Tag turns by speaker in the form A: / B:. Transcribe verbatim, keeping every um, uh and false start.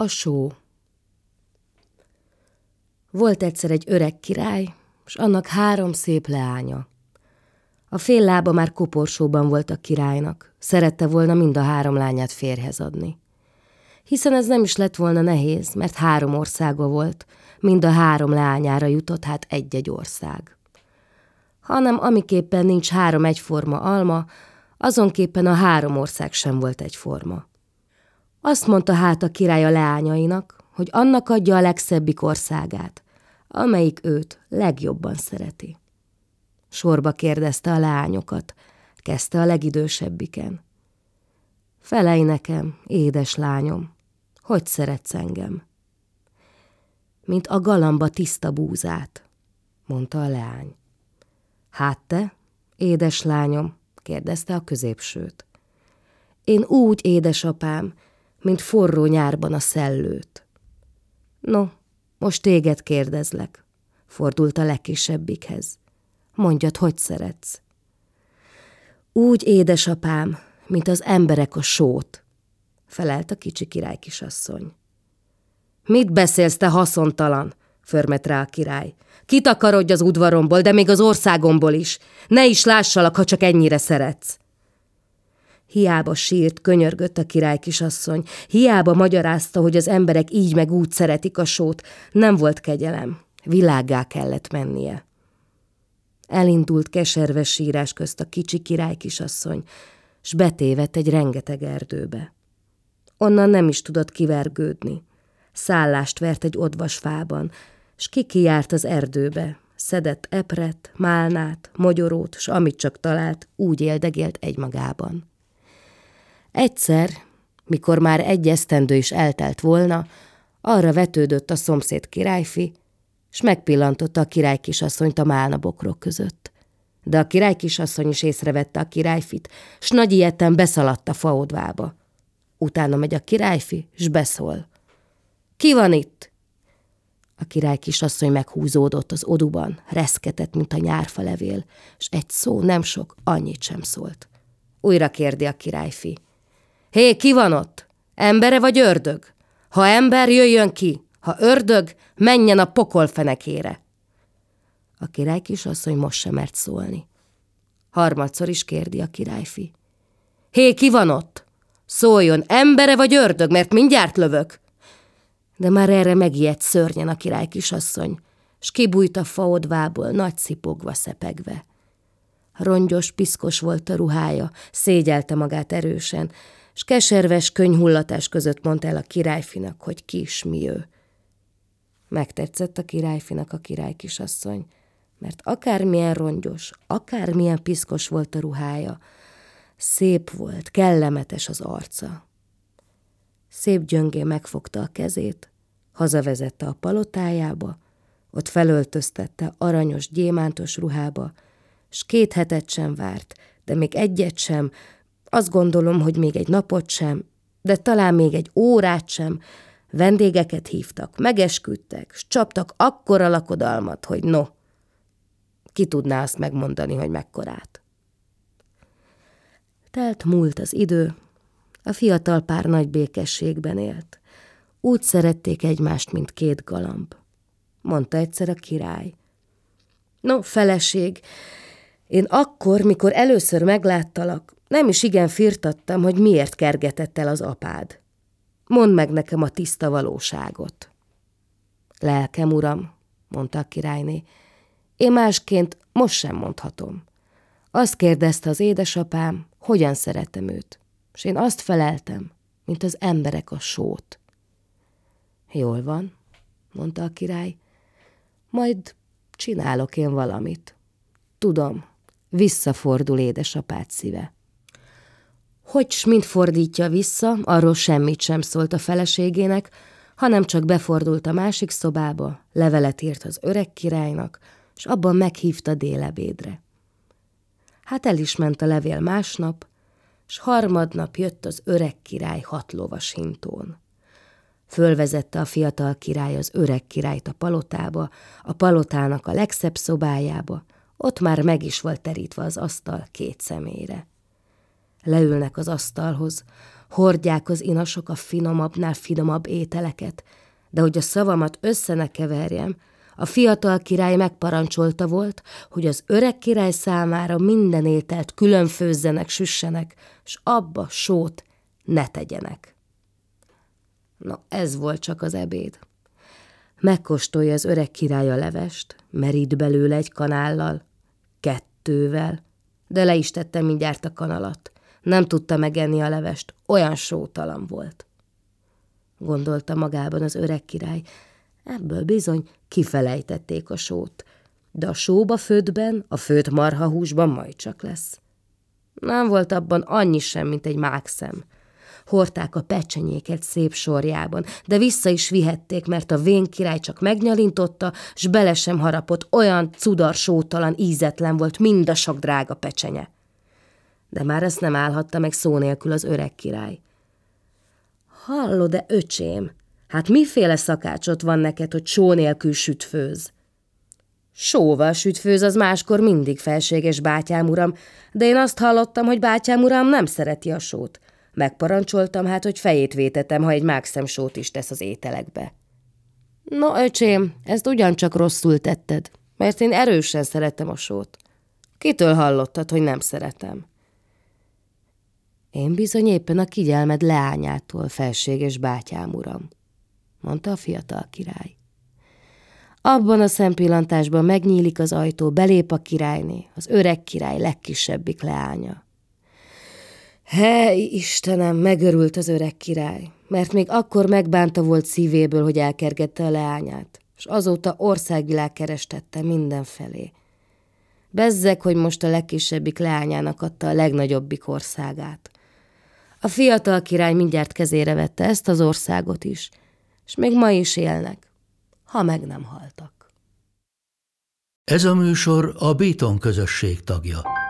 A: A só. Volt egyszer egy öreg király, s annak három szép leánya. A fél lába már koporsóban volt a királynak, szerette volna mind a három lányát férjhez adni. Hiszen ez nem is lett volna nehéz, mert három országa volt, mind a három leányára jutott hát egy-egy ország. Hanem amiképpen nincs három egyforma alma, azonképpen a három ország sem volt egyforma. Azt mondta hát a király a leányainak, hogy annak adja a legszebbik országát, amelyik őt legjobban szereti. Sorba kérdezte a leányokat, kezdte a legidősebbiken. Felej nekem, édes lányom, hogy szeretsz engem? Mint a galamba tiszta búzát, mondta a leány. Hát te, édes lányom, kérdezte a középsőt. Én úgy, édesapám, mint forró nyárban a szellőt. No, most téged kérdezlek, fordult a legkisebbikhez. Mondjad, hogy szeretsz? Úgy, édesapám, mint az emberek a sót, felelt a kicsi királykisasszony. Mit beszélsz, te haszontalan? Förmet rá a király. Kitakarodj az udvaromból, de még az országomból is. Ne is lássalak, ha csak ennyire szeretsz. Hiába sírt, könyörgött a királykisasszony, hiába magyarázta, hogy az emberek így meg úgy szeretik a sót, nem volt kegyelem, világgá kellett mennie. Elindult keserves sírás közt a kicsi királykisasszony, s betévedt egy rengeteg erdőbe. Onnan nem is tudott kivergődni. Szállást vert egy odvas fában, s kiki járt az erdőbe, szedett epret, málnát, mogyorót, s amit csak talált, úgy éldegélt egymagában. Egyszer, mikor már egy esztendő is eltelt volna, arra vetődött a szomszéd királyfi, s megpillantotta a királykisasszonyt a málnabokrok között. De a királykisasszony is észrevette a királyfit, s nagy ijetten beszaladt a faodvába. Utána megy a királyfi, s beszól. Ki van itt? A királykisasszony meghúzódott az oduban, reszketett, mint a nyárfa levél, s egy szó nem sok, annyit sem szólt. Újra kérdi a királyfi. Hé, ki van ott? Embere vagy ördög? Ha ember, jöjjön ki, ha ördög, menjen a pokol fenekére. A királykisasszony most sem mert szólni. Harmadszor is kérdi a királyfi. Hé, ki van ott? Szóljon, embere vagy ördög, mert mindjárt lövök. De már erre megijedt szörnyen a királykisasszony, s kibújt a faodvából, nagy szipogva szepegve. Rongyos, piszkos volt a ruhája, szégyelte magát erősen, s keserves könyhullatás között mondta el a királyfinak, hogy ki is mi ő. Megtetszett a királyfinak a királykisasszony, mert akármilyen rongyos, akármilyen piszkos volt a ruhája, szép volt, kellemetes az arca. Szép gyöngén megfogta a kezét, hazavezette a palotájába, ott felöltöztette aranyos, gyémántos ruhába, s két hetet sem várt, de még egyet sem, azt gondolom, hogy még egy napot sem, de talán még egy órát sem, vendégeket hívtak, megesküdtek, s csaptak akkora lakodalmat, hogy no, ki tudná azt megmondani, hogy mekkorát. Telt múlt az idő, a fiatal pár nagy békességben élt. Úgy szerették egymást, mint két galamb. Mondta egyszer a király. No, feleség, én akkor, mikor először megláttalak, nem is igen firtattam, hogy miért kergetett el az apád. Mondd meg nekem a tiszta valóságot. Lelkem, uram, mondta a királyné, én másként most sem mondhatom. Azt kérdezte az édesapám, hogyan szeretem őt, és én azt feleltem, mint az emberek a sót. Jól van, mondta a király, majd csinálok én valamit. Tudom, visszafordul édesapád szíve. Hogy s mint fordítja vissza, arról semmit sem szólt a feleségének, hanem csak befordult a másik szobába, levelet írt az öreg királynak, s abban meghívta délebédre. Hát el is ment a levél másnap, s harmadnap jött az öreg király hat lovas hintón. Fölvezette a fiatal király az öreg királyt a palotába, a palotának a legszebb szobájába, ott már meg is volt terítve az asztal két személyre. Leülnek az asztalhoz, hordják az inasok a finomabbnál finomabb ételeket, de hogy a szavamat össze ne keverjem, a fiatal király megparancsolta volt, hogy az öreg király számára minden ételt külön főzzenek, süssenek, s abba sót ne tegyenek. Na, ez volt csak az ebéd. Megkóstolja az öreg király a levest, merít belőle egy kanállal, kettővel, de le is tette mindjárt a kanalat. Nem tudta megenni a levest, olyan sótalan volt. Gondolta magában az öreg király, ebből bizony kifelejtették a sót, de a sóba főtben, a főtt marhahúsban majd csak lesz. Nem volt abban annyi sem, mint egy mákszem. Hordták a pecsenyéket szép sorjában, de vissza is vihették, mert a vén király csak megnyalintotta, s bele sem harapott, olyan cudar sótalan, ízetlen volt mind a sok drága pecsenye. De már ezt nem állhatta meg szó nélkül az öreg király. Hallod-e, öcsém? Hát miféle szakácsot van neked, hogy só nélkül sütfőz? Sóval sütfőz az máskor mindig, felséges bátyám uram, de én azt hallottam, hogy bátyám uram nem szereti a sót. Megparancsoltam hát, hogy fejét vétetem, ha egy mákszem sót is tesz az ételekbe. No, öcsém, ezt ugyancsak rosszul tetted, mert én erősen szeretem a sót. Kitől hallottad, hogy nem szeretem? Én bizony éppen a kigyelmed leányától, felséges bátyám uram, mondta a fiatal király. Abban a szempillantásban megnyílik az ajtó, belép a királyné, az öreg király legkisebbik leánya. Hely, Istenem, megörült az öreg király, mert még akkor megbánta volt szívéből, hogy elkergette a leányát, és azóta országvilág kerestette mindenfelé. Bezzeg, hogy most a legkisebbik leányának adta a legnagyobbik országát. A fiatal király mindjárt kezére vette ezt az országot is, és még ma is élnek, ha meg nem haltak.
B: Ez a műsor a Béton közösség tagja.